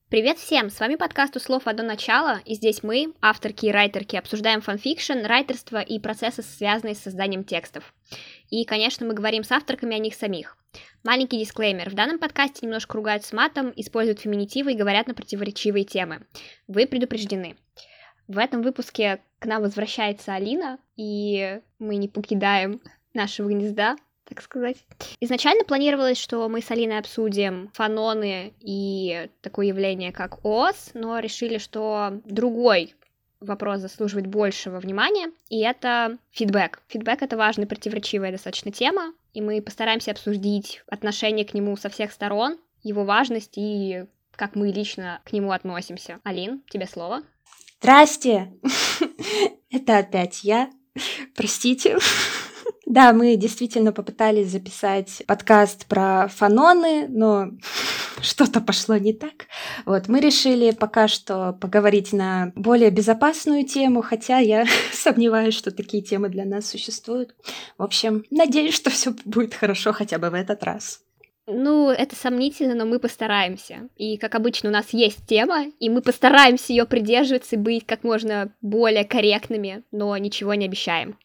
Привет всем! С вами подкаст «У слов одно начало», и здесь мы, авторки и райтерки, обсуждаем фанфикшн, райтерство и процессы, связанные с созданием текстов. И, конечно, мы говорим с авторками о них самих. Маленький дисклеймер. В данном подкасте немножко ругаются матом, используют феминитивы и говорят на противоречивые темы. Вы предупреждены. В этом выпуске к нам возвращается Алина, и мы не покидаем нашего гнезда, так сказать. Изначально планировалось, что мы с Алиной обсудим фаноны и такое явление, как ООС, но решили, что другой вопрос заслуживает большего внимания, и это фидбэк. Фидбэк — это важная, противоречивая достаточно тема, и мы постараемся обсудить отношение к нему со всех сторон, его важность и как мы лично к нему относимся. Алин, тебе слово. Здрасте! Это опять я. Простите. Да, мы действительно попытались записать подкаст про фаноны, но что-то пошло не так. Вот, мы решили пока что поговорить на более безопасную тему, хотя я сомневаюсь, что такие темы для нас существуют. В общем, надеюсь, что все будет хорошо хотя бы в этот раз. Ну, это сомнительно, но мы постараемся. И, как обычно, у нас есть тема, и мы постараемся ее придерживаться и быть как можно более корректными, но ничего не обещаем.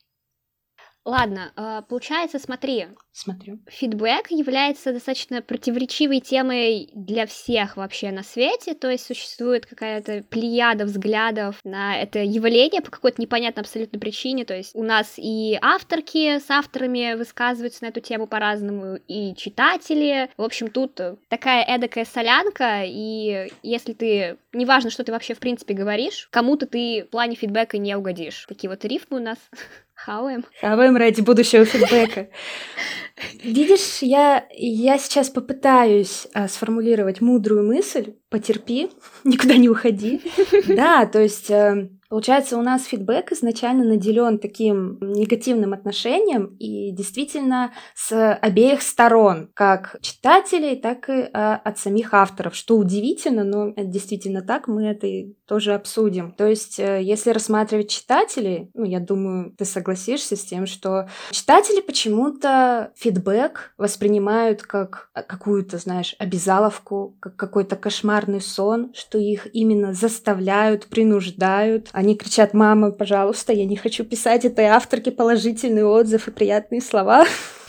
Ладно, получается, Смотрю. Фидбэк является достаточно противоречивой темой для всех вообще на свете, то есть существует какая-то плеяда взглядов на это явление по какой-то непонятной абсолютно причине, то есть у нас и авторки с авторами высказываются на эту тему по-разному, и читатели, в общем, тут такая эдакая солянка, и если ты, неважно, что ты вообще в принципе говоришь, кому-то ты в плане фидбэка не угодишь. Такие вот рифмы у нас. Хаваем ради будущего фидбэка. Видишь, я сейчас попытаюсь сформулировать мудрую мысль. Потерпи, никуда не уходи. Да, то есть получается, у нас фидбэк изначально наделен таким негативным отношением и действительно с обеих сторон, как читателей, так и от самих авторов, что удивительно, но это действительно так, мы это и тоже обсудим. То есть, если рассматривать читателей, я думаю, ты согласишься с тем, что читатели почему-то фидбэк воспринимают как какую-то, знаешь, обязаловку, как какой-то кошмарный сон, что их именно заставляют, принуждают. Они кричат: «Мама, пожалуйста, я не хочу писать этой авторке положительный отзыв и приятные слова».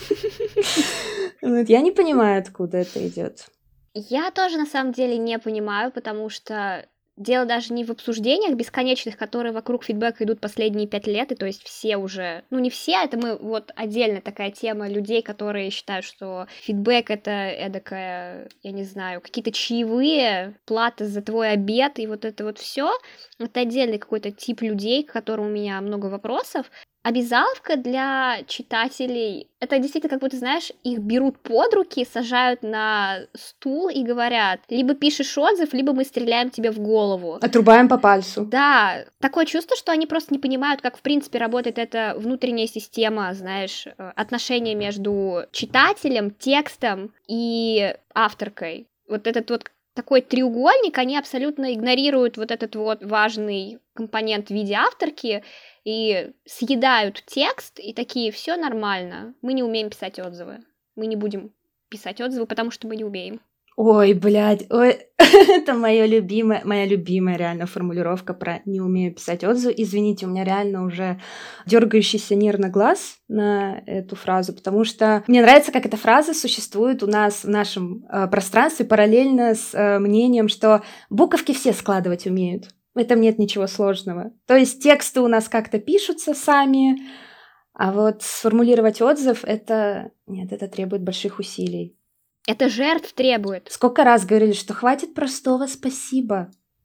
Я не понимаю, откуда это идет. Я тоже на самом деле не понимаю, потому что дело даже не в обсуждениях бесконечных, которые вокруг фидбэка идут последние 5 лет, и то есть все уже, не все, это мы вот отдельно такая тема людей, которые считают, что фидбэк — это эдакая, я не знаю, какие-то чаевые, плата за твой обед, и вот это вот все. Это отдельный какой-то тип людей, к которым у меня много вопросов. Обязаловка для читателей — это действительно, как будто, знаешь, их берут под руки, сажают на стул и говорят: либо пишешь отзыв, либо мы стреляем тебе в голову. Отрубаем по пальцу. Да, такое чувство, что они просто не понимают, как, в принципе, работает эта внутренняя система, знаешь, отношения между читателем, текстом и авторкой. Вот этот вот такой треугольник, они абсолютно игнорируют вот этот вот важный компонент в виде авторки и съедают текст, и такие: все нормально, мы не умеем писать отзывы. Мы не будем писать отзывы, потому что мы не умеем. Ой, блядь, это моя любимая реально формулировка про «не умею писать отзывы». Извините, у меня реально уже дергающийся нервно глаз на эту фразу, потому что мне нравится, как эта фраза существует у нас в нашем пространстве параллельно с мнением, что буковки все складывать умеют. В этом нет ничего сложного. То есть тексты у нас как-то пишутся сами, а вот сформулировать отзыв — это требует больших усилий. Это жертв требует. Сколько раз говорили, что хватит простого спасибо.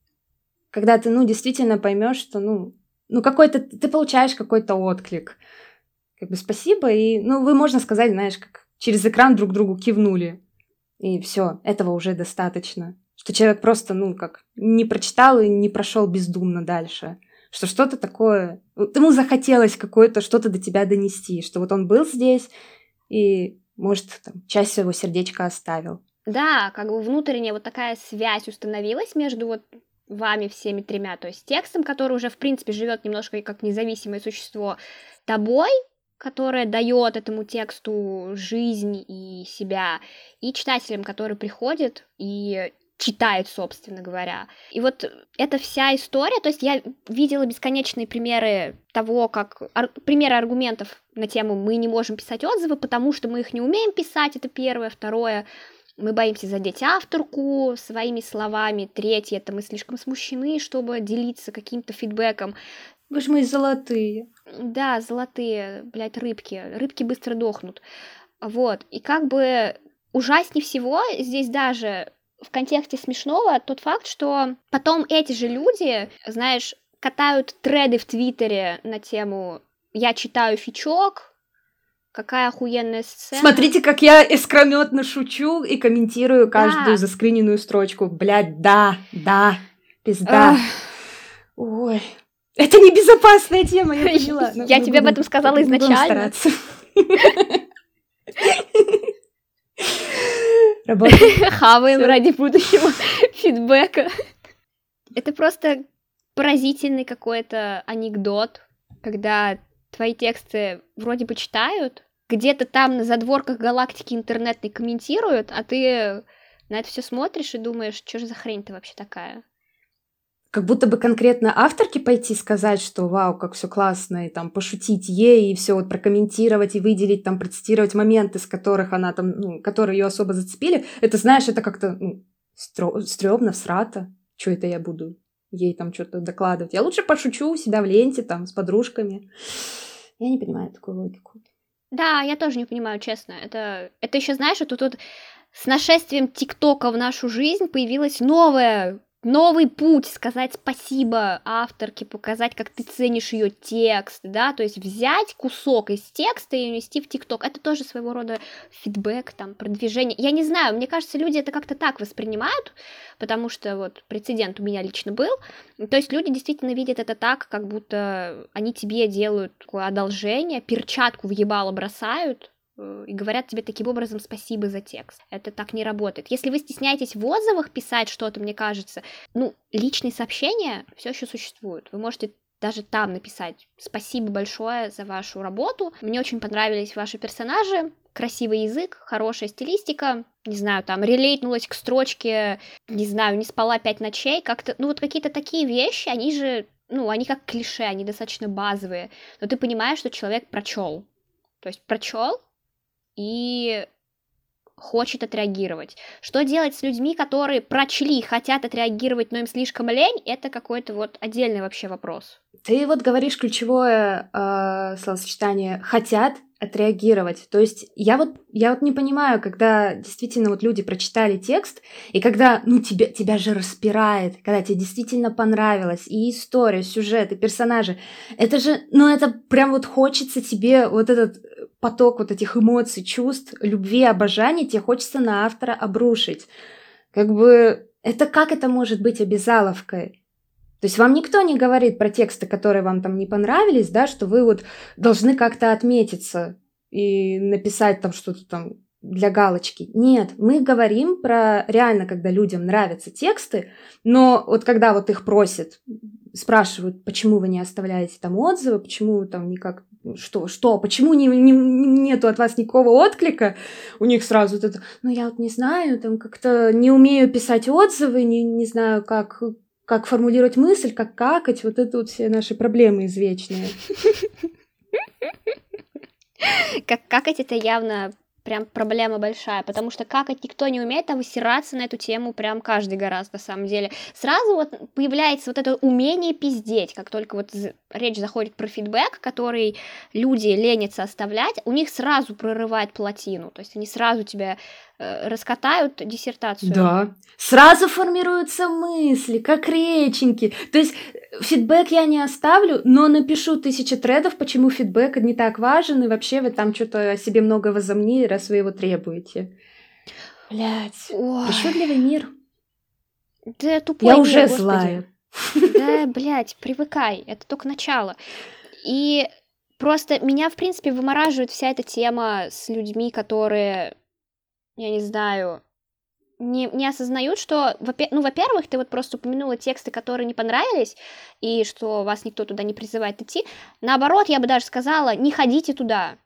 Когда ты, действительно поймешь, что, какой-то ты получаешь какой-то отклик. Как бы спасибо, и, вы, можно сказать, знаешь, как через экран друг другу кивнули. И все, этого уже достаточно. Что человек просто, как не прочитал и не прошел бездумно дальше. Что что-то такое, ему захотелось какое-то что-то до тебя донести, что вот он был здесь и, может, часть своего сердечка оставил. Да, как бы внутренняя вот такая связь установилась между вот вами всеми тремя, то есть текстом, который уже, в принципе, живет немножко как независимое существо, тобой, которое дает этому тексту жизнь и себя, и читателям, который приходит и читает, собственно говоря. И вот эта вся история, то есть я видела бесконечные примеры того, как... примеры аргументов на тему «мы не можем писать отзывы, потому что мы их не умеем писать», это первое. Второе, мы боимся задеть авторку своими словами. Третье, это мы слишком смущены, чтобы делиться каким-то фидбэком. Вы же мои золотые. Да, золотые, блядь, рыбки. Рыбки быстро дохнут. Вот. И как бы ужаснее всего здесь даже в контексте смешного тот факт, что потом эти же люди, знаешь, катают треды в Твиттере на тему «я читаю фичок», какая охуенная сцена. Смотрите, как я искрометно шучу и комментирую каждую заскриненную строчку. Блядь, да, пизда. Ой, это небезопасная тема, я поняла. Я тебе об этом сказала изначально. Хаваем ради будущего фидбэка. Это просто поразительный какой-то анекдот, когда твои тексты вроде бы читают, где-то там на задворках галактики интернетной комментируют, а ты на это все смотришь и думаешь, что же за хрень-то вообще такая? Как будто бы конкретно авторке пойти сказать, что вау, как все классно, и там пошутить ей, и все вот прокомментировать, и выделить, там, процитировать моменты, с которых она там, ну, которые ее особо зацепили, это, знаешь, это как-то стрёмно, всрато. Что это я буду ей там что-то докладывать? Я лучше пошучу у себя в ленте, там, с подружками. Я не понимаю такую логику. Да, я тоже не понимаю, честно. Это еще, знаешь, вот тут с нашествием ТикТока в нашу жизнь появилась новый путь сказать спасибо авторке, показать, как ты ценишь ее текст, да, то есть взять кусок из текста и унести в ТикТок. Это тоже своего рода фидбэк, там, продвижение. Я не знаю, мне кажется, люди это как-то так воспринимают, потому что вот прецедент у меня лично был. То есть люди действительно видят это так, как будто они тебе делают такое одолжение, перчатку в ебало бросают, и говорят тебе таким образом спасибо за текст. Это так не работает. Если вы стесняетесь в отзывах писать что-то, мне кажется, личные сообщения все еще существуют. Вы можете даже там написать спасибо большое за вашу работу. Мне очень понравились ваши персонажи, красивый язык, хорошая стилистика, не знаю, там, релейтнулась к строчке, не знаю, не спала 5 ночей, как-то, вот какие-то такие вещи, они же, они как клише, они достаточно базовые, но ты понимаешь, что человек прочел. То есть прочел и хочет отреагировать. Что делать с людьми, которые прочли, хотят отреагировать, но им слишком лень, это какой-то вот отдельный вообще вопрос. Ты вот говоришь ключевое словосочетание «хотят отреагировать». То есть я вот не понимаю, когда действительно вот люди прочитали текст, и когда, тебя же распирает, когда тебе действительно понравилось и история, сюжет, и персонажи, это же, это прям вот хочется тебе вот этот поток вот этих эмоций, чувств, любви, обожания, тебе хочется на автора обрушить. Как это может быть обязаловкой? То есть вам никто не говорит про тексты, которые вам там не понравились, да, что вы вот должны как-то отметиться и написать там что-то там для галочки. Нет, мы говорим про реально, когда людям нравятся тексты, но вот когда вот их просят, спрашивают, почему вы не оставляете там отзывы, почему там никак, почему нету от вас никакого отклика, у них сразу вот это, я вот не знаю, там как-то не умею писать отзывы, не знаю, как формулировать мысль, как какать, вот это вот все наши проблемы извечные. Как какать, это явно прям проблема большая, потому что какать никто не умеет, а высираться на эту тему прям каждый гораздо, на самом деле. Сразу вот появляется вот это умение пиздеть, как только вот речь заходит про фидбэк, который люди ленятся оставлять, у них сразу прорывает плотину, то есть они сразу тебя раскатают диссертацию. Да, сразу формируются мысли, как реченьки. То есть фидбэк я не оставлю, но напишу 1000 тредов, почему фидбэк не так важен, и вообще вы там что-то о себе много возомнили, раз вы его требуете. Блядь, причудливый мир. Да, тупой я мир, уже господи. злая. Да, блядь, привыкай, это только начало. И просто меня, в принципе, вымораживает вся эта тема с людьми, которые, я не знаю, не осознают, что, во-первых, ты вот просто упомянула тексты, которые не понравились, и что вас никто туда не призывает идти. Наоборот, я бы даже сказала, не ходите туда.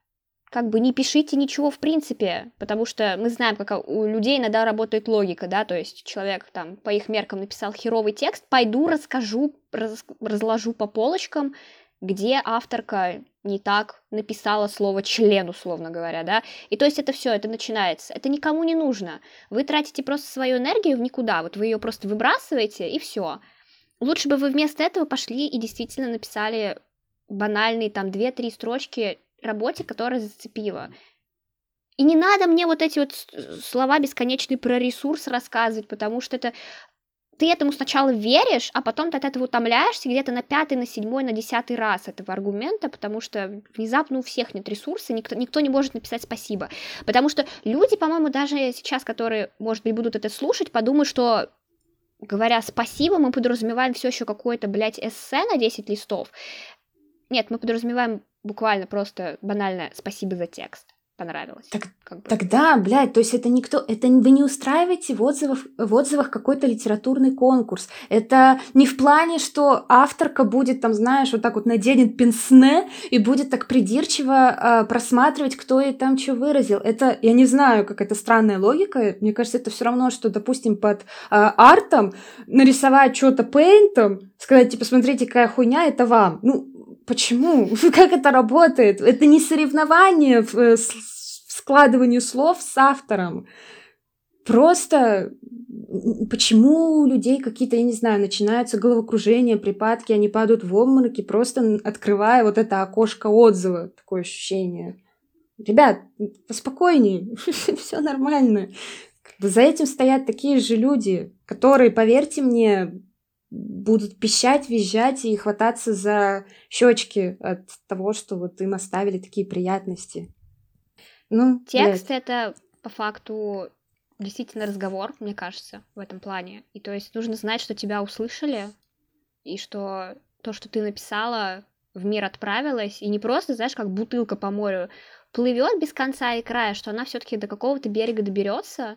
как бы не пишите ничего в принципе, потому что мы знаем, как у людей иногда работает логика, да, то есть человек там по их меркам написал херовый текст, пойду расскажу, разложу по полочкам, где авторка не так написала слово член, условно говоря, да, и то есть это все, это начинается, это никому не нужно, вы тратите просто свою энергию в никуда, вот вы ее просто выбрасываете, и все. Лучше бы вы вместо этого пошли и действительно написали банальные там 2-3 строчки работе, которая зацепила. И не надо мне вот эти вот слова бесконечные про ресурс рассказывать, потому что это ты этому сначала веришь, а потом ты от этого утомляешься где-то на 5-й, на 7-й, на 10-й раз этого аргумента, потому что внезапно у всех нет ресурса, никто не может написать спасибо. Потому что люди, по-моему, даже сейчас, которые, может быть, будут это слушать, подумают, что, говоря спасибо, мы подразумеваем все еще какое-то, блядь, эссе на 10 листов. Нет, мы подразумеваем буквально просто банальное «спасибо за текст». Понравилось. Тогда, блядь, то есть это вы не устраиваете в отзывах какой-то литературный конкурс. Это не в плане, что авторка будет там, знаешь, вот так вот наденет пенсне и будет так придирчиво просматривать, кто ей там что выразил. Это, я не знаю, как это странная логика. Мне кажется, это все равно, что, допустим, под артом нарисовать что-то пейнтом, сказать, типа, смотрите, какая хуйня, это вам. Ну, почему? Как это работает? Это не соревнование в складывании слов с автором. Просто почему у людей какие-то, я не знаю, начинаются головокружения, припадки, они падают в обмороки, просто открывая вот это окошко отзыва. Такое ощущение. Ребят, поспокойнее, все нормально. За этим стоят такие же люди, которые, поверьте мне, будут пищать, визжать и хвататься за щечки от того, что вот им оставили такие приятности. Ну, текст — это по факту действительно разговор, мне кажется, в этом плане. И то есть нужно знать, что тебя услышали, и что то, что ты написала, в мир отправилось, и не просто, знаешь, как бутылка по морю плывет без конца и края, что она все-таки до какого-то берега доберется,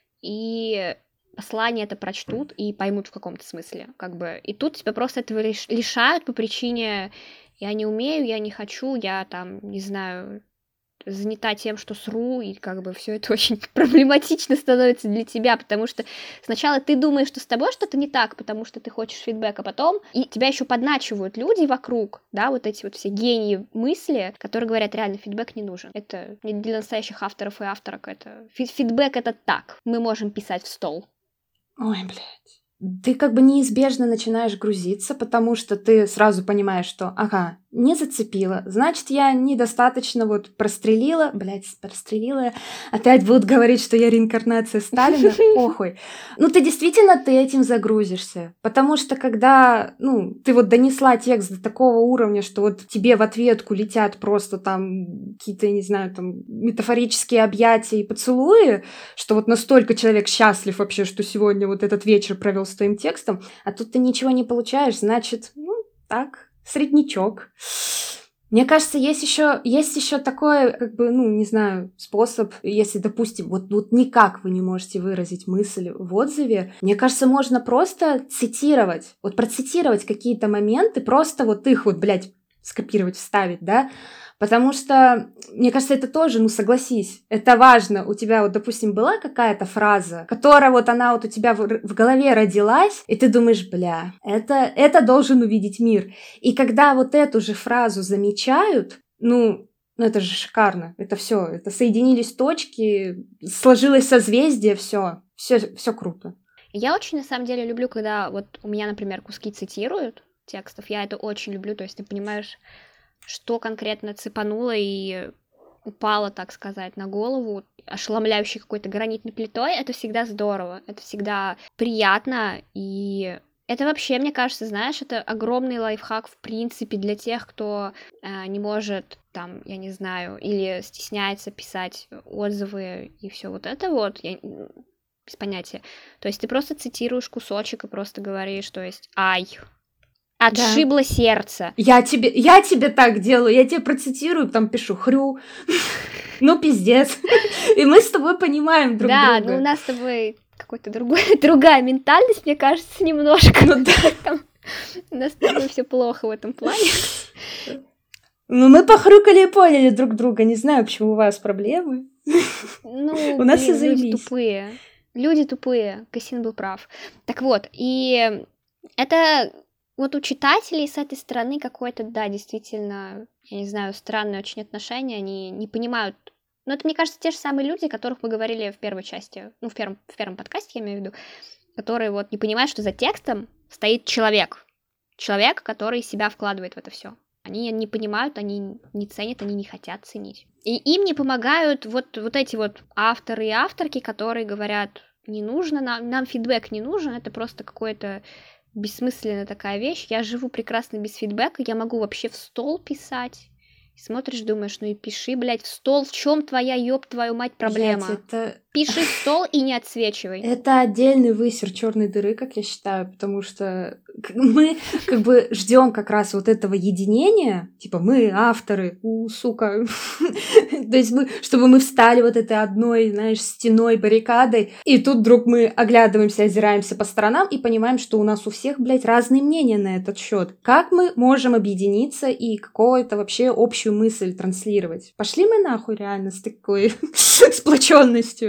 и послание это прочтут и поймут в каком-то смысле, как бы. И тут тебя просто этого лишают по причине я не умею, я не хочу, я там, не знаю, занята тем, что сру, и как бы все это очень проблематично становится для тебя, потому что сначала ты думаешь, что с тобой что-то не так, потому что ты хочешь фидбэк, а потом и тебя еще подначивают люди вокруг, да, вот эти вот все гении мысли, которые говорят, реально, фидбэк не нужен. Это не для настоящих авторов и авторок, это фидбэк это так, мы можем писать в стол. Ой, блядь. Ты как бы неизбежно начинаешь грузиться, потому что ты сразу понимаешь, что, ага, не зацепила, значит, я недостаточно вот прострелила, опять будут говорить, что я реинкарнация Сталина, похуй. Ну, ты действительно, ты этим загрузишься, потому что когда, ты вот донесла текст до такого уровня, что вот тебе в ответку летят просто там какие-то, я не знаю, там метафорические объятия и поцелуи, что вот настолько человек счастлив вообще, что сегодня вот этот вечер провел с твоим текстом, а тут ты ничего не получаешь, значит, так, среднячок. Мне кажется, есть еще такой, как бы, не знаю, способ, если, допустим, вот никак вы не можете выразить мысль в отзыве, мне кажется, можно просто цитировать, вот процитировать какие-то моменты, просто вот их вот, блядь, скопировать, вставить, да, потому что, мне кажется, это тоже, согласись, это важно. У тебя вот, допустим, была какая-то фраза, которая вот она вот у тебя в голове родилась, и ты думаешь, бля, это должен увидеть мир. И когда вот эту же фразу замечают, это же шикарно. Это все, это соединились точки, сложилось созвездие, все круто. Я очень, на самом деле, люблю, когда вот у меня, например, куски цитируют текстов, я это очень люблю, то есть ты понимаешь, что конкретно цепануло и упало, так сказать, на голову, ошеломляющей какой-то гранитной плитой, это всегда здорово, это всегда приятно, и это вообще, мне кажется, знаешь, это огромный лайфхак, в принципе, для тех, кто не может, там, я не знаю, или стесняется писать отзывы и все вот это вот, без понятия. То есть ты просто цитируешь кусочек и просто говоришь, то есть, отшибло сердце. Я тебе так делаю, я тебе процитирую, там пишу хрю, пиздец. И мы с тобой понимаем друг друга. Да, у нас с тобой какая-то другая ментальность, мне кажется, немножко. У нас с тобой все плохо в этом плане. Ну, мы похрюкали и поняли друг друга. Не знаю, почему у вас проблемы. Ну, У нас все люди заебись. тупые. Люди тупые. Кассин был прав. Так вот, и это вот у читателей с этой стороны какое-то, да, действительно, я не знаю, странное очень отношение. Они не понимают. Но это, мне кажется, те же самые люди, о которых мы говорили в первой части, ну, в первом подкасте, я имею в виду, которые вот не понимают, что за текстом стоит человек. Человек, который себя вкладывает в это все. Они не понимают, они не ценят, они не хотят ценить. И им не помогают вот эти вот авторы и авторки, которые говорят, не нужно, нам фидбэк не нужен, это просто какое-то бессмысленная такая вещь. Я живу прекрасно без фидбэка, я могу вообще в стол писать. И смотришь, думаешь, ну и пиши, блядь, в стол, в чем твоя, ёб твою мать, проблема? Блядь, это... Пиши в стол и не отсвечивай. Это отдельный высер черной дыры, как я считаю, потому что мы как бы ждем как раз вот этого единения, типа мы авторы, сука, то есть мы, чтобы мы встали вот этой одной, знаешь, стеной, баррикадой, и тут вдруг мы оглядываемся, озираемся по сторонам и понимаем, что у нас у всех, блядь, разные мнения на этот счет. Как мы можем объединиться и какую-то вообще общую мысль транслировать? Пошли мы нахуй реально с такой сплоченностью.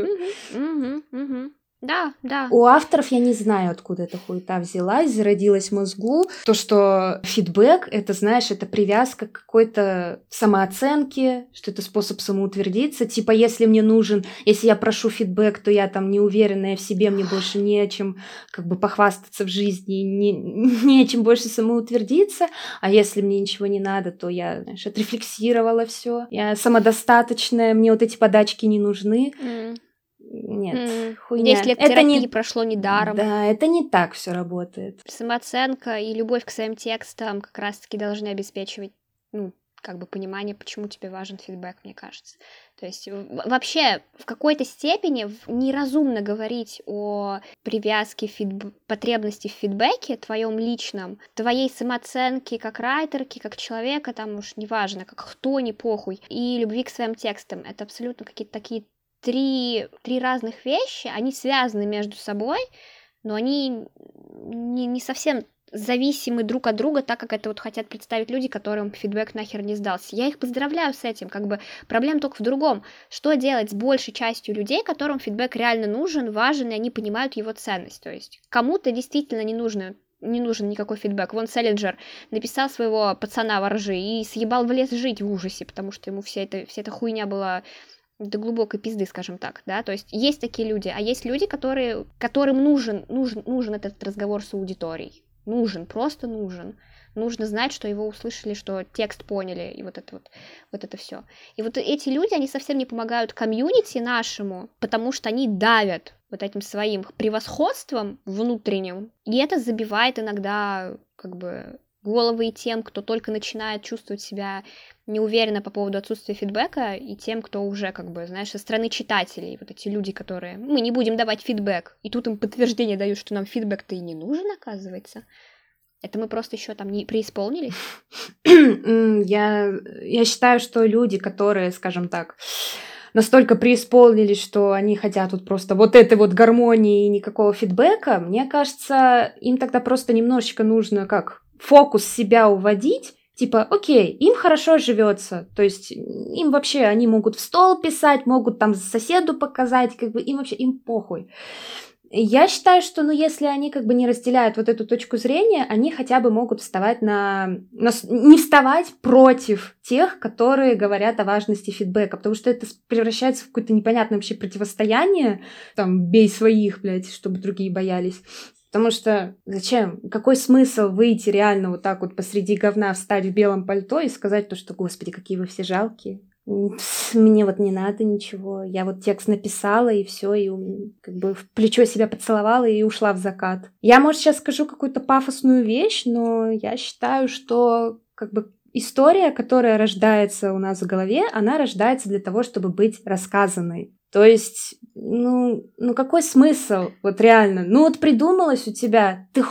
Да, да. У авторов я не знаю, откуда эта хуета взялась, зародилась в мозгу. То, что фидбэк, это, знаешь, это привязка к какой-то самооценке, что это способ самоутвердиться. Типа, если мне нужен, если я прошу фидбэк, то я там неуверенная в себе, мне больше не о чем как бы похвастаться в жизни, не о чем больше самоутвердиться. А если мне ничего не надо, то я, знаешь, отрефлексировала все. Я самодостаточная, мне вот эти подачки не нужны. Нет, хуйня. 10 лет терапии прошло недаром. Да, это не так все работает. Самооценка и любовь к своим текстам как раз-таки должны обеспечивать, ну, как бы понимание, почему тебе важен фидбэк, мне кажется. То есть вообще в какой-то степени неразумно говорить о привязке потребности в фидбэке твоем личном, твоей самооценки как райтерки, как человека, там уж неважно, как кто, не похуй, и любви к своим текстам. Это абсолютно какие-то такие три разных вещи, они связаны между собой, но они не совсем зависимы друг от друга, так как это вот хотят представить люди, которым фидбэк нахер не сдался. Я их поздравляю с этим, как бы проблема только в другом. Что делать с большей частью людей, которым фидбэк реально нужен, важен, и они понимают его ценность? То есть кому-то действительно не нужен никакой фидбэк. Вон Селлинджер написал своего пацана воржи и съебал в лес жить в ужасе, потому что ему вся эта хуйня была до глубокой пизды, скажем так, да, то есть есть такие люди, а есть люди, которым нужен этот разговор с аудиторией, просто нужно знать, что его услышали, что текст поняли, и вот это все. И вот эти люди, они совсем не помогают комьюнити нашему, потому что они давят вот этим своим превосходством внутренним, и это забивает иногда, как бы, головы и тем, кто только начинает чувствовать себя неуверенно по поводу отсутствия фидбэка, и тем, кто уже, как бы, знаешь, со стороны читателей, вот эти люди, которые, мы не будем давать фидбэк, и тут им подтверждение дают, что нам фидбэк-то и не нужен, оказывается. Это мы просто еще там не преисполнились? Я считаю, что люди, которые, скажем так, настолько преисполнились, что они хотят тут просто вот этой вот гармонии и никакого фидбэка, мне кажется, им тогда просто немножечко нужно как фокус себя уводить, типа, окей, им хорошо живется, то есть им вообще, они могут в стол писать, могут там соседу показать, как бы им вообще, им похуй. Я считаю, что, если они как бы не разделяют вот эту точку зрения, они хотя бы могут вставать не вставать против тех, которые говорят о важности фидбэка, потому что это превращается в какое-то непонятное вообще противостояние, там, бей своих, блядь, чтобы другие боялись. Потому что зачем? Какой смысл выйти реально вот так вот посреди говна, встать в белом пальто и сказать то, что, господи, какие вы все жалкие. Мне вот не надо ничего. Я вот текст написала, и все, и как бы в плечо себя поцеловала и ушла в закат. Я, может, сейчас скажу какую-то пафосную вещь, но я считаю, что как бы история, которая рождается у нас в голове, она рождается для того, чтобы быть рассказанной. То есть, какой смысл? Вот реально. Вот придумалось у тебя,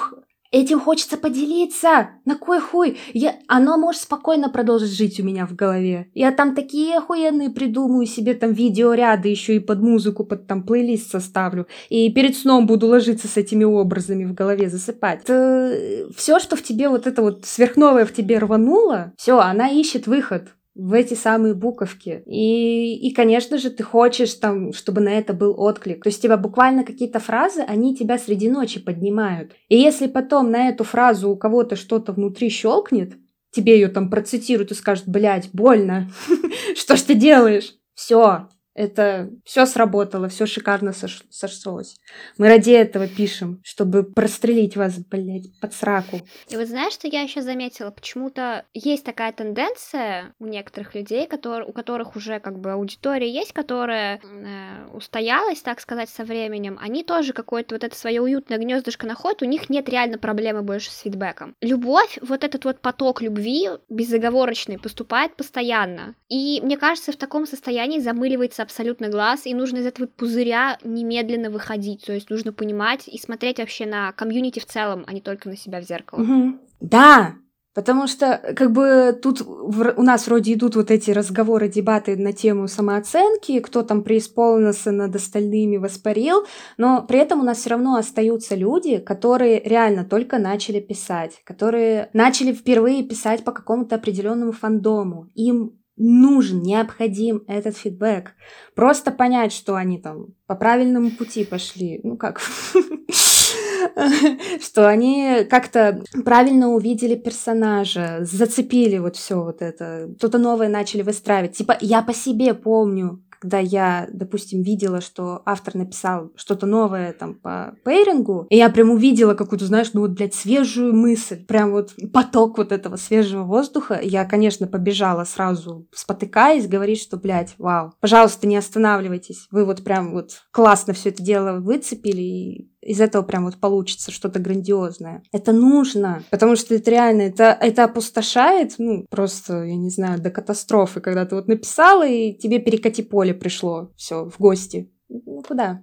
этим хочется поделиться. На кой хуй? Оно может спокойно продолжить жить у меня в голове. Я там такие охуенные придумаю себе там видеоряды, еще и под музыку, под там плейлист составлю. И перед сном буду ложиться с этими образами в голове, засыпать. Все, что в тебе вот это вот сверхновое в тебе рвануло, все, она ищет выход в эти самые буковки. И, конечно же, ты хочешь там, чтобы на это был отклик. То есть тебя буквально какие-то фразы, они тебя среди ночи поднимают. И если потом на эту фразу у кого-то что-то внутри щелкнет, тебе ее там процитируют и скажут: блядь, больно, что ж ты делаешь? Все. Это все сработало, все шикарно сошлось. Мы ради этого пишем, чтобы прострелить вас, блядь, под сраку. И вот знаешь, что я еще заметила? Почему-то есть такая тенденция у некоторых людей, у которых уже как бы аудитория есть, которая устоялась, так сказать, со временем. Они тоже какое-то вот это свое уютное гнездышко находят, у них нет реально проблемы больше с фидбэком. Любовь, вот этот вот поток любви безоговорочный поступает постоянно. И мне кажется, в таком состоянии замыливается абсолютно глаз, и нужно из этого пузыря немедленно выходить, то есть нужно понимать и смотреть вообще на комьюнити в целом, а не только на себя в зеркало. Угу. Да, потому что как бы тут у нас вроде идут вот эти разговоры, дебаты на тему самооценки, кто там преисполнился над остальными, воспарил, но при этом у нас все равно остаются люди, которые реально только начали писать, которые начали впервые писать по какому-то определенному фандому, им нужен, необходим этот фидбэк. Просто понять, что они там по правильному пути пошли. Ну как? Что они как-то правильно увидели персонажа, зацепили вот все вот это, что-то новое начали выстраивать. Типа я по себе помню, когда я, допустим, видела, что автор написал что-то новое там по пейрингу, и я прям увидела какую-то, знаешь, ну вот, блядь, свежую мысль, прям вот поток вот этого свежего воздуха. Я, конечно, побежала сразу, спотыкаясь, говорить, что, блядь, вау, пожалуйста, не останавливайтесь. Вы вот прям вот классно все это дело выцепили, и из этого прям вот получится что-то грандиозное. Это нужно, потому что это реально, это опустошает, ну, просто, я не знаю, до катастрофы, когда ты вот написала, и тебе перекати поле пришло, все в гости. Ну, куда?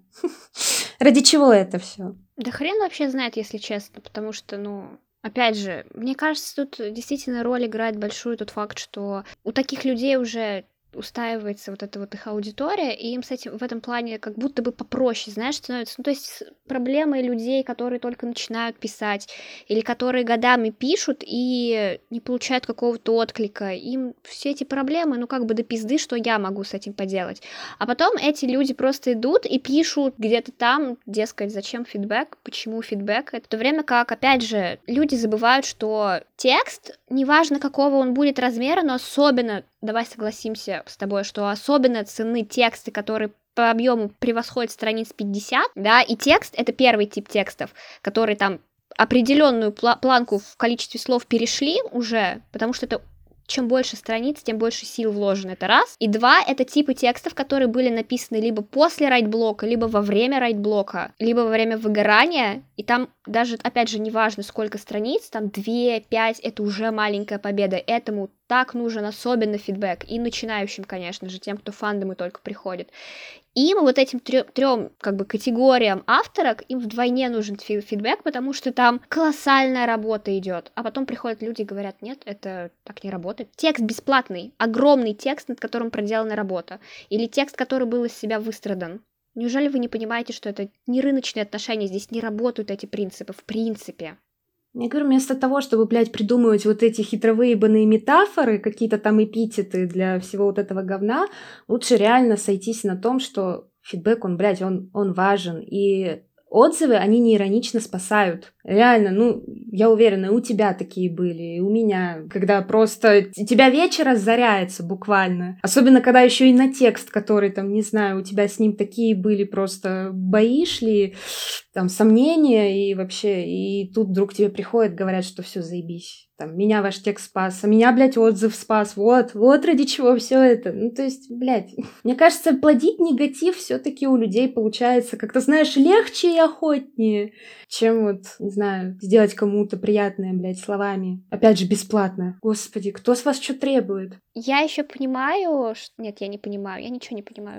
Ради чего это все? Да хрен вообще знает, если честно, потому что, ну, опять же, мне кажется, тут действительно роль играет большую тот факт, что у таких людей уже устаивается вот эта вот их аудитория, и им с этим в этом плане как будто бы попроще, знаешь, становится. Ну, то есть проблемы людей, которые только начинают писать, или которые годами пишут и не получают какого-то отклика, им все эти проблемы, ну, как бы до пизды, что я могу с этим поделать. А потом эти люди просто идут и пишут где-то там, дескать, зачем фидбэк, почему фидбэк. В то время как, опять же, люди забывают, что текст, неважно какого он будет размера, но особенно, давай согласимся с тобой, что особенно ценны тексты, которые по объему превосходят страниц 50, да, и текст — это первый тип текстов, который там определенную планку в количестве слов перешли уже, потому что это чем больше страниц, тем больше сил вложено, это раз. И два, это типы текстов, которые были написаны либо после райт-блока, либо во время райт-блока, либо во время выгорания, и там даже, опять же, неважно, сколько страниц, там 2-5, это уже маленькая победа, этому так нужен особенно фидбэк, и начинающим, конечно же, тем, кто в фандомы только приходит. Им, вот этим трем как бы категориям авторок, им вдвойне нужен фидбэк, потому что там колоссальная работа идет. А потом приходят люди и говорят: нет, это так не работает. Текст бесплатный, огромный текст, над которым проделана работа. Или текст, который был из себя выстрадан. Неужели вы не понимаете, что это не рыночные отношения, здесь не работают эти принципы в принципе? Я говорю, вместо того, чтобы, блядь, придумывать вот эти хитровыебанные метафоры, какие-то там эпитеты для всего вот этого говна, лучше реально сойтись на том, что фидбэк, он, блядь, он важен. И отзывы, они не иронично спасают. Реально, ну, я уверена, и у тебя такие были, и у меня, когда просто тебя вечер озаряется буквально. Особенно, когда еще и на текст, который там, не знаю, у тебя с ним такие были просто бои шли, там, сомнения и вообще, и тут вдруг тебе приходят, говорят, что все заебись. Там, меня ваш текст спас, а меня, блядь, отзыв спас. Вот ради чего все это. Ну, то есть, блядь, мне кажется, плодить негатив все-таки у людей получается как-то, знаешь, легче и охотнее, чем вот, не знаю, сделать кому-то приятное, блядь, словами. Опять же, бесплатно. Господи, кто с вас что требует? Я еще понимаю, что... Нет, я не понимаю, я ничего не понимаю уже.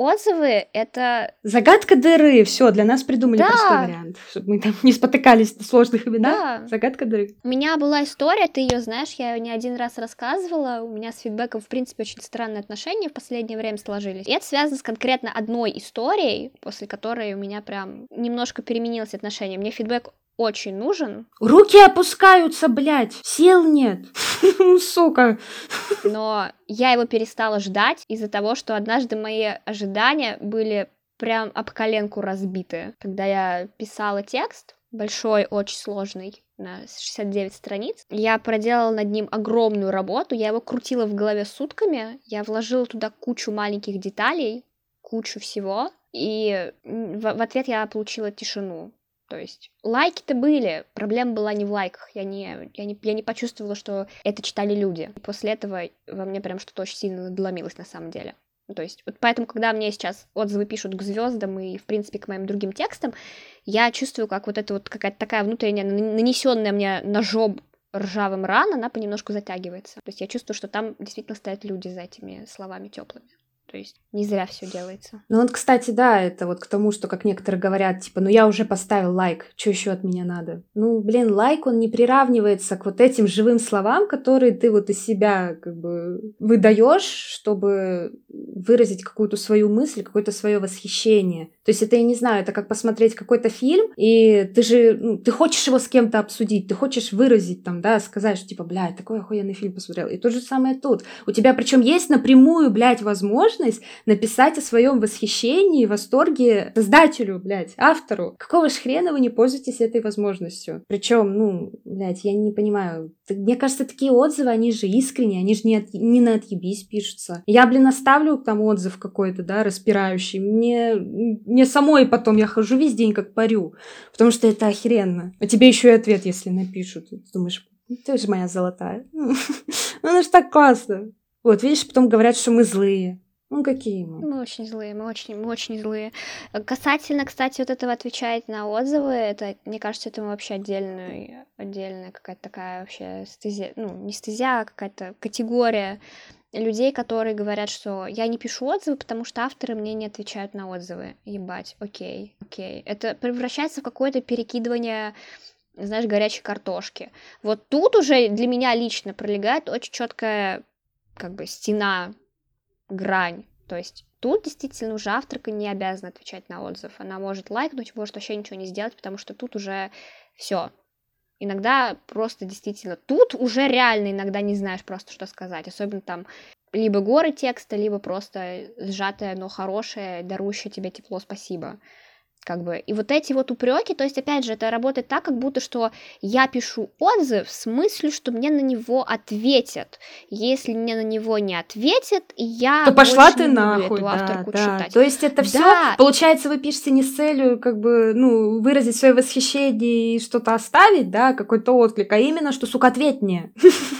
отзывы — это... Загадка дыры. Все, для нас придумали Да. простой вариант, чтобы мы там не спотыкались на сложных именах. Да. Загадка дыры. У меня была история, ты ее знаешь, я ее не один раз рассказывала. У меня с фидбэком, в принципе, очень странные отношения в последнее время сложились. И это связано с конкретно одной историей, после которой у меня прям немножко переменилось отношение. Мне фидбэк очень нужен. Руки опускаются, блядь. Сил нет. Сука. Но я его перестала ждать из-за того, что однажды мои ожидания были прям об коленку разбиты. Когда я писала текст, большой, очень сложный, на 69 страниц, я проделала над ним огромную работу, я его крутила в голове сутками, я вложила туда кучу маленьких деталей, кучу всего, и в ответ я получила тишину. То есть лайки-то были, проблема была не в лайках, я не почувствовала, что это читали люди. И после этого во мне прям что-то очень сильно надломилось на самом деле. То есть вот поэтому, когда мне сейчас отзывы пишут к звездам и, в принципе, к моим другим текстам, я чувствую, как вот эта вот какая-то такая внутренняя, нанесенная мне ножом ржавым рана, она понемножку затягивается. То есть я чувствую, что там действительно стоят люди за этими словами теплыми. То есть не зря все делается. Ну вот, кстати, да, это вот к тому, что, как некоторые говорят, типа, ну я уже поставил лайк, что еще от меня надо? Ну, блин, лайк, он не приравнивается к вот этим живым словам, которые ты вот из себя как бы выдаешь, чтобы выразить какую-то свою мысль, какое-то свое восхищение. То есть это, я не знаю, это как посмотреть какой-то фильм, и ты же, ну, ты хочешь его с кем-то обсудить, ты хочешь выразить там, да, сказать, что типа, блядь, такой охуенный фильм посмотрел. И то же самое тут. У тебя причем есть напрямую, блядь, возможность написать о своем восхищении, восторге создателю, блядь, автору. Какого ж хрена вы не пользуетесь этой возможностью? Причем, ну, блядь, я не понимаю. Мне кажется, такие отзывы, они же искренние, они же не на отъебись пишутся. Я, блин, оставлю там отзыв какой-то, да, распирающий. Мне самой потом, я хожу весь день как парю, потому что это охеренно. А тебе еще и ответ, если напишут. Ты думаешь, ты же моя золотая. Ну, это же так классно. Вот, видишь, потом говорят, что мы злые. Ну, какие мы? Мы очень злые, мы очень злые. Касательно, кстати, вот этого отвечать на отзывы, это, мне кажется, это вообще отдельная какая-то такая вообще стезя, ну, не стезя, а какая-то категория людей, которые говорят, что я не пишу отзывы, потому что авторы мне не отвечают на отзывы. Ебать, окей. Это превращается в какое-то перекидывание, знаешь, горячей картошки. Вот тут уже для меня лично пролегает очень четкая как бы стена, грань. То есть тут действительно уже авторка не обязана отвечать на отзыв. Она может лайкнуть, может вообще ничего не сделать, потому что тут уже все. Иногда просто действительно... Тут уже реально иногда не знаешь просто, что сказать. Особенно там либо горы текста, либо просто сжатое, но хорошее, дарующее тебе тепло спасибо. Как бы. И вот эти вот упреки, то есть, опять же, это работает так, как будто что я пишу отзыв в смысле, что мне на него ответят. Если мне на него не ответят, я то пошла ты не нахуй, буду эту авторку читать. То есть это все, получается, вы пишете не с целью, как бы, ну, выразить свое восхищение и что-то оставить, да, какой-то отклик, а именно, что, сука, ответь мне.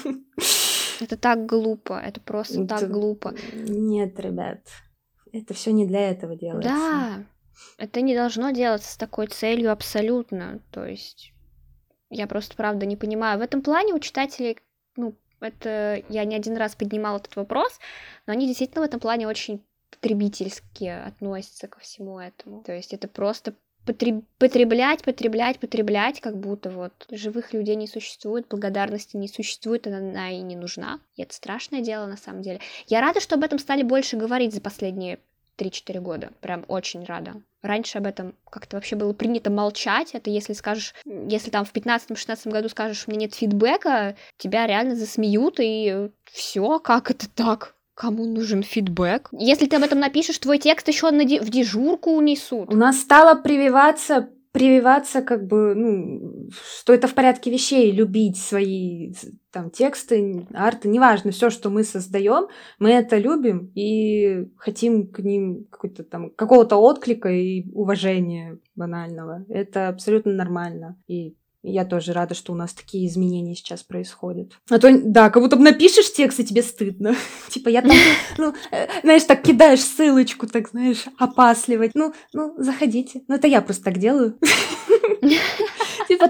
Это так глупо, это просто так глупо. Нет, ребят, это все не для этого делается. Да. Это не должно делаться с такой целью абсолютно. То есть я просто, правда, не понимаю. В этом плане у читателей, ну, это я не один раз поднимала этот вопрос, но они действительно в этом плане очень потребительски относятся ко всему этому. То есть это просто потреблять, как будто вот живых людей не существует, благодарности не существует, она и не нужна. И это страшное дело на самом деле. Я рада, что об этом стали больше говорить за последние 3-4 года. Прям очень рада. Раньше об этом как-то вообще было принято молчать. Это если скажешь, если там в 15-16 году скажешь, у меня нет фидбэка, тебя реально засмеют, и все, как это так? Кому нужен фидбэк? Если ты об этом напишешь, твой текст еще в дежурку унесут. У нас стало прививаться как бы, ну, что это в порядке вещей, любить свои там тексты, арты, неважно, все, что мы создаем, мы это любим и хотим к ним какого-то отклика и уважения банального. Это абсолютно нормально. И я тоже рада, что у нас такие изменения сейчас происходят. А то, да, как будто напишешь текст, и тебе стыдно. Типа я там, ну, знаешь, так кидаешь ссылочку, так, знаешь, опасливать. Ну, заходите. Ну, это я просто так делаю. Типа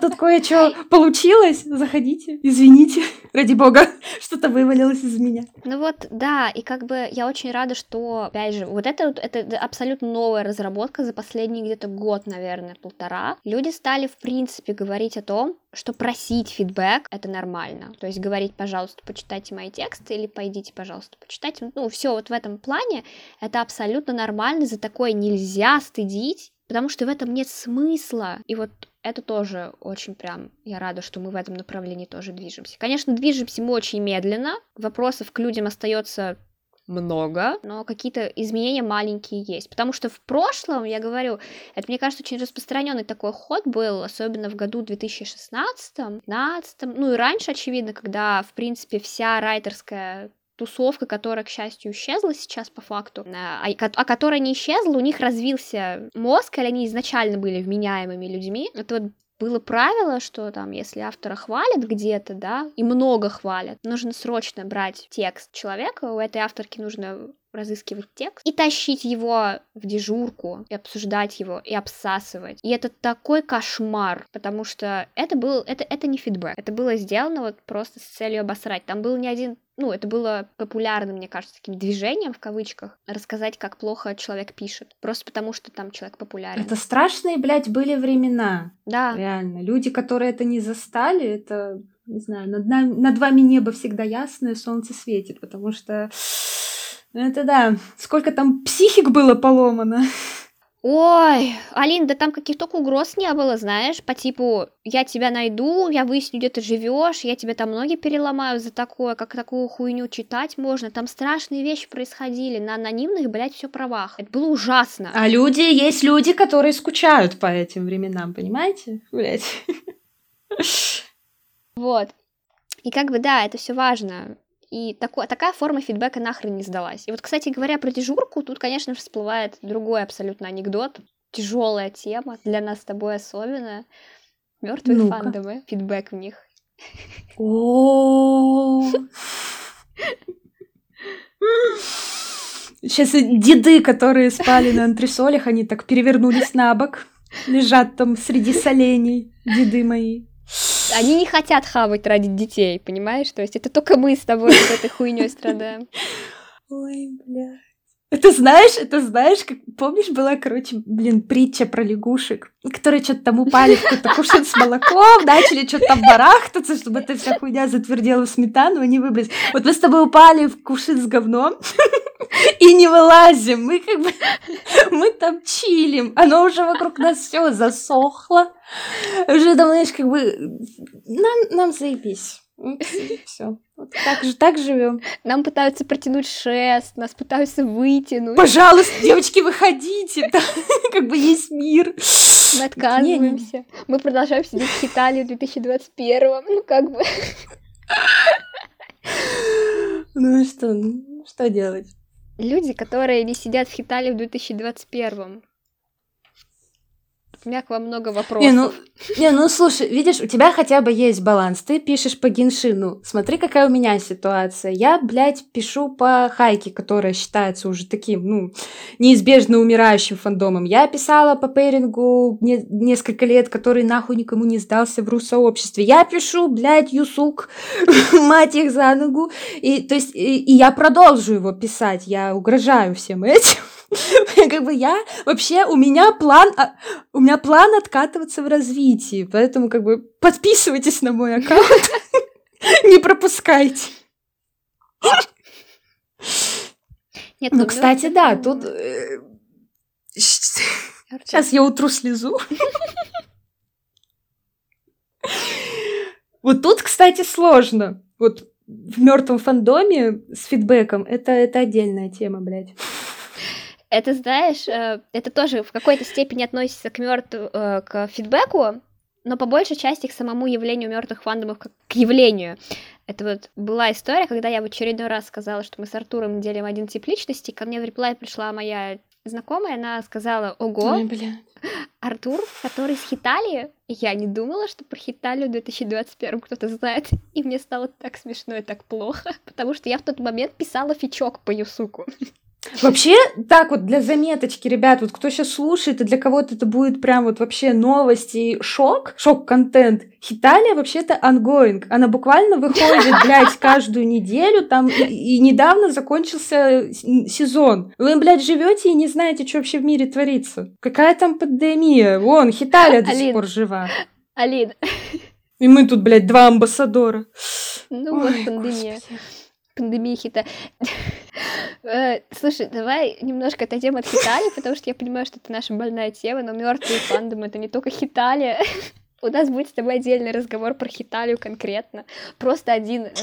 тут кое-что получилось. Заходите, извините, ради бога, что-то вывалилось из меня. Ну вот, да, и как бы я очень рада, что, опять же, вот это абсолютно новая разработка за последний где-то год, наверное, полтора. Люди стали, в принципе, говорить о том, что просить фидбэк — это нормально. То есть говорить, пожалуйста, почитайте мои тексты, или пойдите, пожалуйста, почитайте. Ну, все вот в этом плане это абсолютно нормально, за такое нельзя стыдить, потому что в этом нет смысла. И вот это тоже очень прям, я рада, что мы в этом направлении тоже движемся. Конечно, движемся мы очень медленно, вопросов к людям остается много, но какие-то изменения маленькие есть. Потому что в прошлом, я говорю, это, мне кажется, очень распространенный такой ход был, особенно в году 2016-2015, ну и раньше, очевидно, когда, в принципе, вся райтерская тусовка, которая, к счастью, исчезла сейчас по факту, а которая не исчезла, у них развился мозг, или они изначально были вменяемыми людьми. Это вот было правило, что там, если автора хвалят где-то, да, и много хвалят, нужно срочно брать текст человека, у этой авторки нужно разыскивать текст и тащить его в дежурку, и обсуждать его, и обсасывать. И это такой кошмар, потому что это не фидбэк, это было сделано вот просто с целью обосрать. Там был не один, ну, это было популярным, мне кажется, таким движением, в кавычках, рассказать, как плохо человек пишет, просто потому что там человек популярен. Это страшные, блядь, были времена. Да. Реально. Люди, которые это не застали, это, не знаю, над вами небо всегда ясное, солнце светит, потому что это да, сколько там психик было поломано. Ой, Алин, да там каких только угроз не было, знаешь, по типу, я тебя найду, я выясню, где ты живешь, я тебе там ноги переломаю за такое, как такую хуйню читать можно. Там страшные вещи происходили на анонимных, блядь, все правах. Это было ужасно. А есть люди, которые скучают по этим временам, понимаете? Блядь. Вот. И как бы, да, это все важно. И такая форма фидбэка нахрен не сдалась. И вот, кстати говоря, про дежурку, тут, конечно, всплывает другой абсолютно анекдот. Тяжелая тема, для нас с тобой особенно. Мертвые фандомы, фидбэк в них. О. Сейчас деды, которые спали на антресолях, они так перевернулись на бок, лежат там среди солений, деды мои. Они не хотят хавать ради детей, понимаешь? То есть это только мы с тобой с этой хуйней страдаем. Ой, бля. Это знаешь, как, помнишь, была, короче, притча про лягушек, которые что-то там упали в какой-то кувшин с молоком, начали что-то там барахтаться, чтобы эта вся хуйня затвердела в сметану, они выбрались. Вот мы с тобой упали в кувшин с говном и не вылазим, мы там чилим, оно уже вокруг нас все засохло, уже там, знаешь, как бы нам заебись. Все. Вот так живем. Нам пытаются протянуть шест, нас пытаются вытянуть. Пожалуйста, девочки, выходите. Да, как бы есть мир. Мы отказываемся. Мы продолжаем сидеть в Хиталии в 2021. Ну, как бы. Ну что делать? Люди, которые не сидят в Хиталии в 2021. У меня к вам много вопросов. Ну, слушай, видишь, у тебя хотя бы есть баланс. Ты пишешь по Геншину. Смотри, какая у меня ситуация. Я, блядь, пишу по Хайке, которая считается уже таким, неизбежно умирающим фандомом. Я писала по пэрингу несколько лет, который нахуй никому не сдался в ру-сообществе. Я пишу, блядь, Юсук, мать их за ногу. И я продолжу его писать. Я угрожаю всем этим. Как бы у меня план откатываться в развитии, поэтому как бы подписывайтесь на мой аккаунт, не пропускайте. Нет, ну, кстати, да, тут... Сейчас я утру слезу. Вот тут, кстати, сложно. Вот в мертвом фандоме с фидбэком это отдельная тема, блядь. Это, знаешь, это тоже в какой-то степени относится к фидбэку, но по большей части к самому явлению мертвых фандомов, как к явлению. Это вот была история, когда я в очередной раз сказала, что мы с Артуром делим один тип личности, ко мне в реплай пришла моя знакомая, она сказала: ого, Артур, который с Хиталии? Я не думала, что про Хиталию в 2021 кто-то знает, и мне стало так смешно и так плохо, потому что я в тот момент писала фичок по Юсуку. Вообще, так вот, для заметочки, ребят, вот кто сейчас слушает, и для кого-то это будет прям вот вообще новости, шок-контент. Хиталия вообще-то ongoing. Она буквально выходит, блядь, каждую неделю, там, и недавно закончился сезон. Вы, блядь, живете и не знаете, что вообще в мире творится. Какая там пандемия? Вон, Хиталия до сих пор жива. Алин. И мы тут, блядь, 2 амбассадора. Ну вот, пандемия. Господи. Пандемия хита. Слушай, давай немножко отойдем от Хитали, потому что я понимаю, что это наша больная тема, но мертвые фандомы — это не только Хиталия. У нас будет с тобой отдельный разговор про Хиталию конкретно. Просто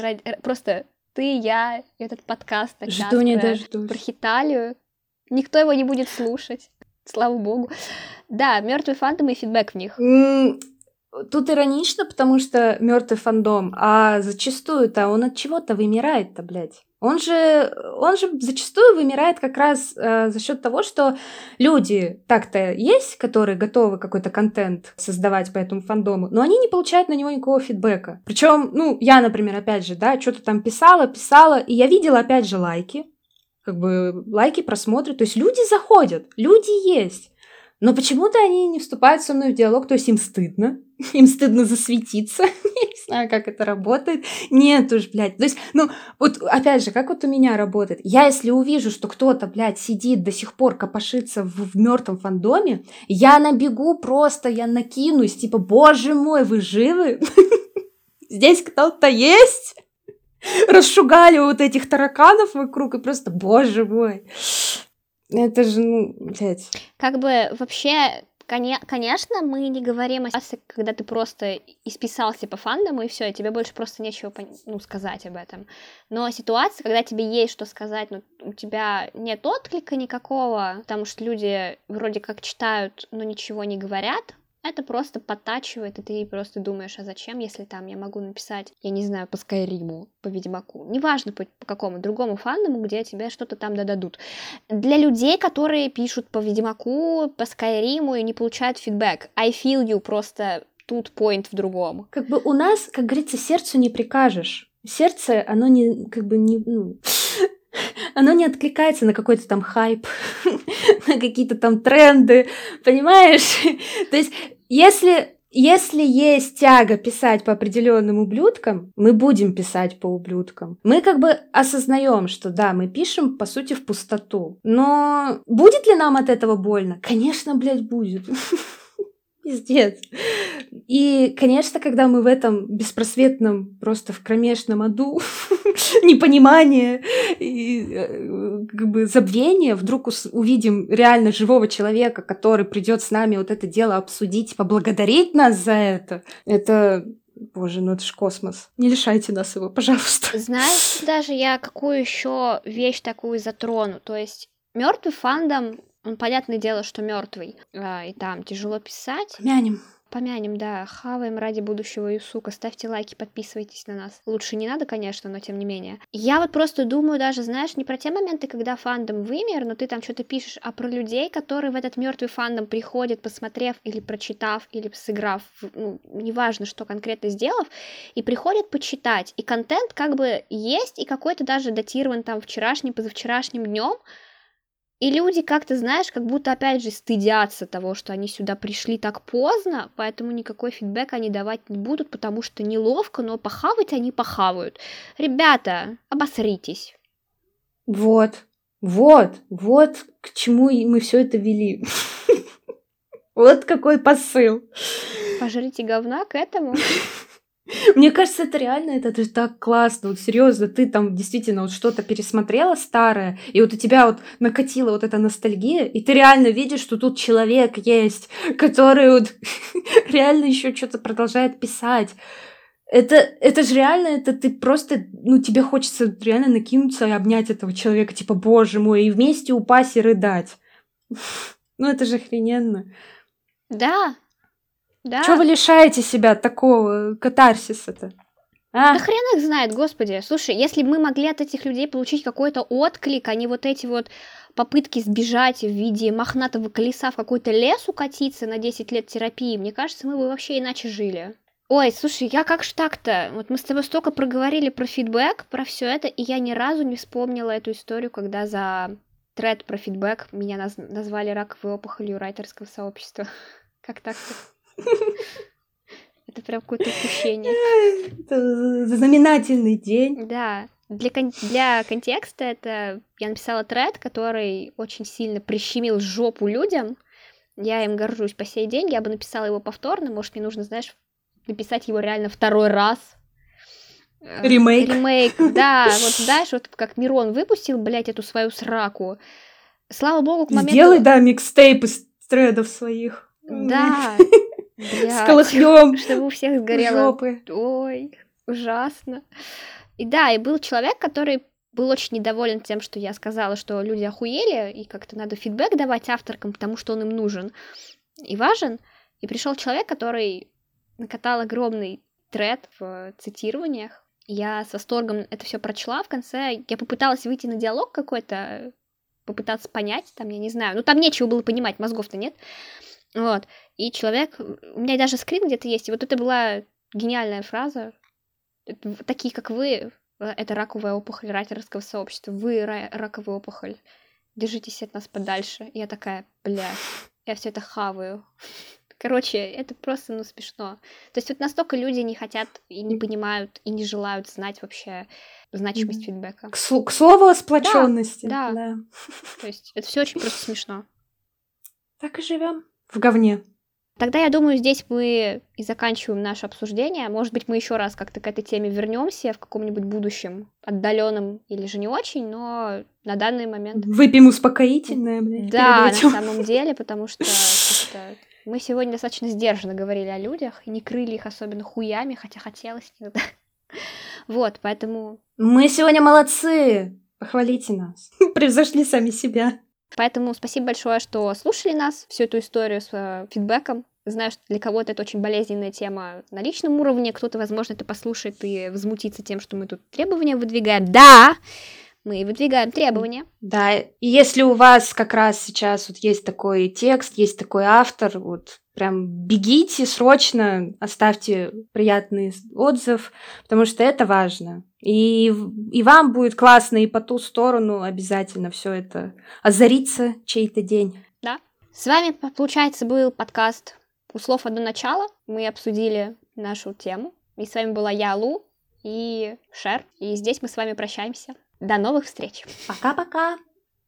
ты, я и этот подкаст про Хиталию. Никто его не будет слушать, слава богу. Да, мертвые фандомы и фидбэк в них. Тут иронично, потому что мертвый фандом, а зачастую-то он от чего-то вымирает-то, блядь. Он же зачастую вымирает как раз за счет того, что люди так-то есть, которые готовы какой-то контент создавать по этому фандому, но они не получают на него никакого фидбэка. Причем, я, например, опять же, да, что-то там писала, и я видела, опять же, лайки, лайки, просмотры, то есть люди заходят, люди есть. Но почему-то они не вступают со мной в диалог, то есть им стыдно засветиться, я не знаю, как это работает, нет уж, блядь, то есть, вот опять же, как вот у меня работает, я если увижу, что кто-то, блядь, сидит до сих пор копошится в мертвом фандоме, я набегу просто, я накинусь, типа, боже мой, вы живы? Здесь кто-то есть? Расшугали вот этих тараканов вокруг, и просто, боже мой. Это же, блядь. Как бы вообще, конечно, мы не говорим о ситуации, когда ты просто исписался по фандому, и все, и тебе больше просто нечего сказать об этом. Но ситуация, когда тебе есть что сказать, но у тебя нет отклика никакого, потому что люди вроде как читают, но ничего не говорят, это просто подтачивает, и ты просто думаешь, а зачем, если там я могу написать, я не знаю, по Скайриму, по Ведьмаку, неважно по какому другому фандому, где тебе что-то там дадут. Для людей, которые пишут по Ведьмаку, по Скайриму и не получают фидбэк, I feel you, просто тут point в другом. Как бы у нас, как говорится, сердцу не прикажешь. Сердце, оно не, оно не откликается на какой-то там хайп, на какие-то там тренды, понимаешь? То есть, если есть тяга писать по определенным ублюдкам, мы будем писать по ублюдкам. Мы как бы осознаем, что да, мы пишем, по сути, в пустоту. Но будет ли нам от этого больно? Конечно, блядь, будет. Пиздец. И, конечно, когда мы в этом беспросветном, просто в кромешном аду непонимания и как бы забвения, вдруг увидим реально живого человека, который придет с нами вот это дело обсудить, поблагодарить нас за это. Это, боже, это ж космос. Не лишайте нас его, пожалуйста. Знаешь, даже я какую еще вещь такую затрону, то есть мертвый фандом, он, понятное дело, что мертвый, и там тяжело писать. Помянем, да, хаваем ради будущего Юсука, ставьте лайки, подписывайтесь на нас. Лучше не надо, конечно, но тем не менее. Я вот просто думаю даже, знаешь, не про те моменты, когда фандом вымер, но ты там что-то пишешь, а про людей, которые в этот мертвый фандом приходят, посмотрев или прочитав, или сыграв, неважно, что конкретно сделав, и приходят почитать. И контент как бы есть, и какой-то даже датирован там вчерашним, позавчерашним днем. И люди как-то, знаешь, как будто, опять же, стыдятся того, что они сюда пришли так поздно, поэтому никакой фидбэк они давать не будут, потому что неловко, но похавать они похавают. Ребята, обосритесь. Вот к чему мы все это вели. Вот какой посыл. Пожрите говна к этому. Мне кажется, это реально, это так классно, вот серьезно, ты там действительно вот что-то пересмотрела старое, и вот у тебя вот накатила вот эта ностальгия, и ты реально видишь, что тут человек есть, который вот реально еще что-то продолжает писать. Это же реально, это ты просто, тебе хочется реально накинуться и обнять этого человека, типа, боже мой, и вместе упасть и рыдать. Это же охрененно. Да. Да. Чего вы лишаете себя такого катарсиса-то? Да хрен их знает, господи. Слушай, если бы мы могли от этих людей получить какой-то отклик, а не вот эти вот попытки сбежать в виде мохнатого колеса в какой-то лес укатиться на 10 лет терапии, мне кажется, мы бы вообще иначе жили. Ой, слушай, я как ж так-то? Вот мы с тобой столько проговорили про фидбэк, про все это, и я ни разу не вспомнила эту историю, когда за тред про фидбэк, меня назвали раковой опухолью райтерского сообщества. Как так-то? Это прям какое-то упущение. Это знаменательный день. Да. Для контекста это я написала тред, который очень сильно прищемил жопу людям. Я им горжусь по сей день. Я бы написала его повторно. Может, мне нужно, знаешь, написать его реально второй раз. Ремейк. Да, вот знаешь, вот как Мирон выпустил, блядь, эту свою сраку. Слава богу, к моменту... Сделай, да, микстейп из тредов своих. Да. С колохнём. Чтобы у всех сгорело. Жопы. Ой, ужасно. И да, и был человек, который был очень недоволен тем, что я сказала, что люди охуели, и как-то надо фидбэк давать авторкам, потому что он им нужен и важен. И пришел человек, который накатал огромный тред в цитированиях. Я с восторгом это все прочла. В конце я попыталась выйти на диалог какой-то, попытаться понять, там, я не знаю. Ну, там нечего было понимать, мозгов-то нет. Вот. И человек... У меня даже скрин где-то есть, и вот это была гениальная фраза. Такие, как вы, это раковая опухоль райтерского сообщества. Вы раковая опухоль. Держитесь от нас подальше. И я такая, блядь, я все это хаваю. Короче, это просто, ну, смешно. То есть вот настолько люди не хотят и не понимают, и не желают знать вообще значимость фидбэка. К слову о сплоченности. Да. То есть это все очень просто смешно. Так и живем в говне. Тогда, я думаю, здесь мы и заканчиваем наше обсуждение. Может быть, мы еще раз как-то к этой теме вернемся в каком-нибудь будущем, отдаленном или же не очень, но на данный момент... Выпьем успокоительное, блядь. Да, на самом деле, потому что мы сегодня достаточно сдержанно говорили о людях, и не крыли их особенно хуями, хотя хотелось иногда. Вот, поэтому... Мы сегодня молодцы! Похвалите нас. Превзошли сами себя. Поэтому спасибо большое, что слушали нас, всю эту историю с фидбэком. Знаю, что для кого-то это очень болезненная тема на личном уровне, кто-то, возможно, это послушает и возмутится тем, что мы тут требования выдвигаем. Да, мы выдвигаем требования. Да, и если у вас как раз сейчас вот есть такой текст, есть такой автор, вот прям бегите срочно, оставьте приятный отзыв, потому что это важно. И вам будет классно, и по ту сторону обязательно все это озарится чей-то день. Да. С вами, получается, был подкаст «У слов одно начало». Мы обсудили нашу тему. И с вами была я, Лу, и Шер. И здесь мы с вами прощаемся. До новых встреч. Пока-пока.